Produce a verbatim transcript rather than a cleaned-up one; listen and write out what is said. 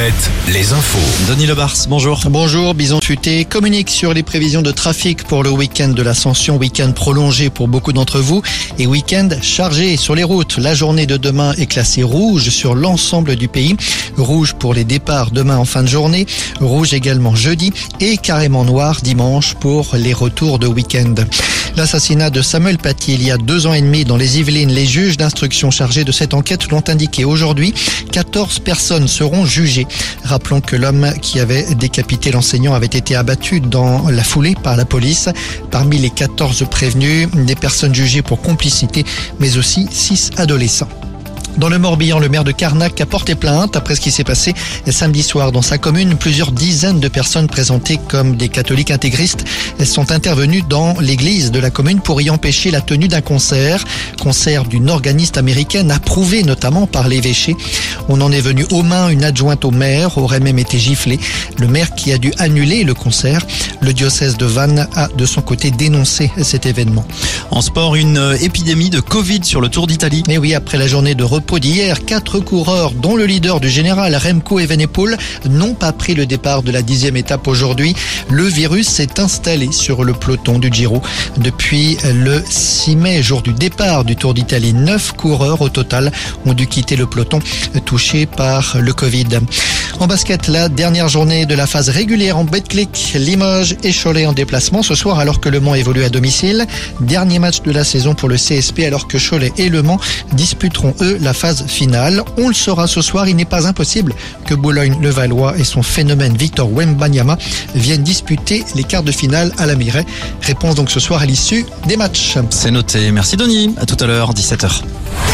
Alouette, les infos. Denis Lebars, bonjour. Bonjour, Bison Futé communique sur les prévisions de trafic pour le week-end de l'Ascension, week-end prolongé pour beaucoup d'entre vous et week-end chargé sur les routes. La journée de demain est classée rouge sur l'ensemble du pays. Rouge pour les départs demain en fin de journée, rouge également jeudi et carrément noir dimanche pour les retours de week-end. L'assassinat de Samuel Paty il y a deux ans et demi dans les Yvelines. Les juges d'instruction chargés de cette enquête l'ont indiqué aujourd'hui. quatorze personnes seront jugées. Rappelons que l'homme qui avait décapité l'enseignant avait été abattu dans la foulée par la police. Parmi les quatorze prévenus, des personnes jugées pour complicité, mais aussi six adolescents. Dans le Morbihan, le maire de Carnac a porté plainte après ce qui s'est passé samedi soir dans sa commune. Plusieurs dizaines de personnes présentées comme des catholiques intégristes sont intervenues dans l'église de la commune pour y empêcher la tenue d'un concert. Concert d'une organiste américaine approuvée notamment par l'évêché. On en est venu aux mains. Une adjointe au maire aurait même été giflée. Le maire qui a dû annuler le concert. Le diocèse de Vannes a de son côté dénoncé cet événement. En sport, une épidémie de Covid sur le Tour d'Italie. Et oui, après la journée de repos d'hier, quatre coureurs, dont le leader du général Remco Evenepoel, n'ont pas pris le départ de la dixième étape aujourd'hui. Le virus s'est installé sur le peloton du Giro. Depuis le six mai, jour du départ du Tour d'Italie, neuf coureurs au total ont dû quitter le peloton touché par le Covid. En basket, la dernière journée de la phase régulière en Betclic, Limoges et Cholet en déplacement ce soir alors que Le Mans évolue à domicile. Dernier match de la saison pour le C S P alors que Cholet et Le Mans disputeront eux la phase finale. On le saura ce soir, il n'est pas impossible que Boulogne-le-Valois et son phénomène Victor Wembanyama viennent disputer les quarts de finale à la Mireille. Réponse donc ce soir à l'issue des matchs. C'est noté. Merci Denis. À tout à l'heure, dix-sept heures.